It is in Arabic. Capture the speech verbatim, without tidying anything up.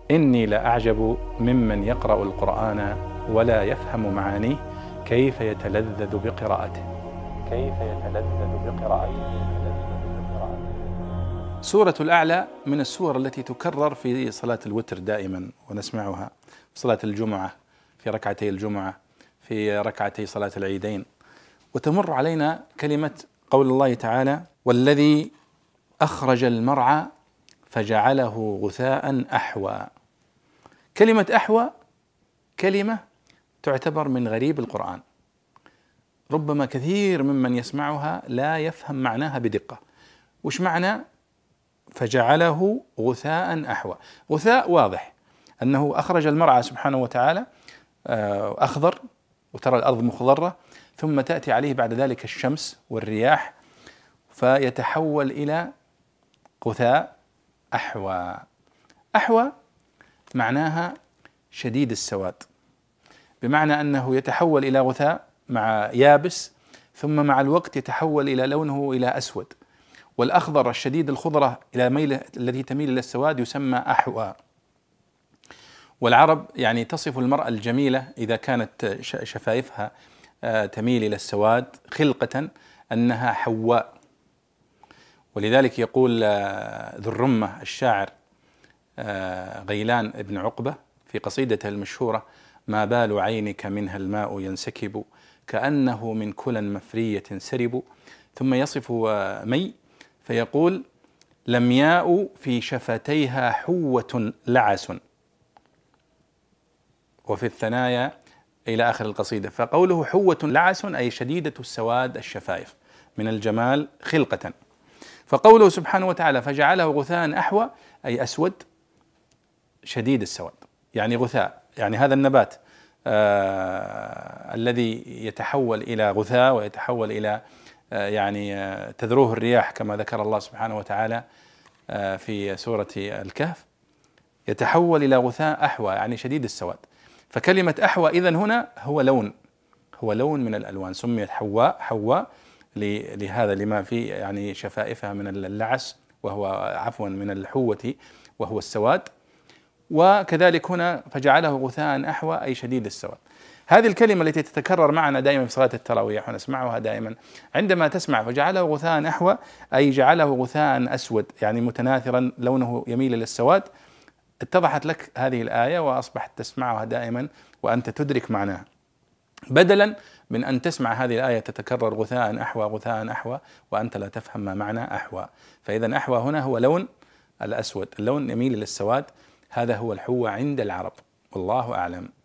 إني لأعجب ممن يقرأ القرآن ولا يفهم معانيه كيف يتلذذ بقراءته كيف يتلذذ بقراءته سورة الأعلى من السور التي تكرر في صلاة الوتر دائما ونسمعها في صلاة الجمعة، في ركعتي الجمعة، في ركعتي صلاة العيدين. وتمر علينا كلمة قول الله تعالى: والذي أخرج المرعى فجعله غثاء أحوى. كلمة أحوى كلمة تعتبر من غريب القرآن، ربما كثير ممن يسمعها لا يفهم معناها بدقة. وش معنى فجعله غثاء أحوى؟ غثاء واضح أنه أخرج المرعى سبحانه وتعالى أخضر، وترى الأرض مخضرة، ثم تأتي عليه بعد ذلك الشمس والرياح فيتحول إلى غثاء أحوى. أحوى معناها شديد السواد، بمعنى أنه يتحول إلى غثاء مع يابس، ثم مع الوقت يتحول إلى لونه إلى أسود. والأخضر الشديد الخضرة إلى ميل التي تميل إلى السواد يسمى أحوى. والعرب يعني تصف المرأة الجميلة إذا كانت شفايفها تميل إلى السواد خلقة أنها حواء. ولذلك يقول ذو الرمة الشاعر غيلان بن عقبة في قصيدته المشهورة: ما بال عينك منها الماء ينسكب كأنه من كلى مفرية سرب. ثم يصف مي فيقول: لمياء في شفتيها حوة لعس، وفي الثنايا إلى آخر القصيدة. فقوله حوة لعس أي شديدة السواد الشفايف من الجمال خلقة. فقوله سبحانه وتعالى فجعله غثاء أحوى أي أسود شديد السواد، يعني غثاء، يعني هذا النبات آه الذي يتحول إلى غثاء ويتحول إلى آه يعني آه تذروه الرياح كما ذكر الله سبحانه وتعالى آه في سورة الكهف، يتحول إلى غثاء أحوى يعني شديد السواد. فكلمة أحوى إذن هنا هو لون، هو لون من الألوان، سميت حواء حواء لهذا لما في يعني شفائفها من اللعس، وهو عفوا من الحوة وهو السواد. وكذلك هنا فجعله غثاء أحوى أي شديد السواد. هذه الكلمة التي تتكرر معنا دائما في صلاة التراويح ونسمعها دائما، عندما تسمع فجعله غثاء أحوى أي جعله غثاء أسود يعني متناثرا لونه يميل إلى السواد، اتضحت لك هذه الآية وأصبحت تسمعها دائما وأنت تدرك معناها، بدلا من أن تسمع هذه الآية تتكرر غثاء أحوى غثاء أحوى وأنت لا تفهم ما معنى أحوى. فإذا أحوى هنا هو لون الأسود، اللون يميل إلى السواد، هذا هو الحوة عند العرب، والله أعلم.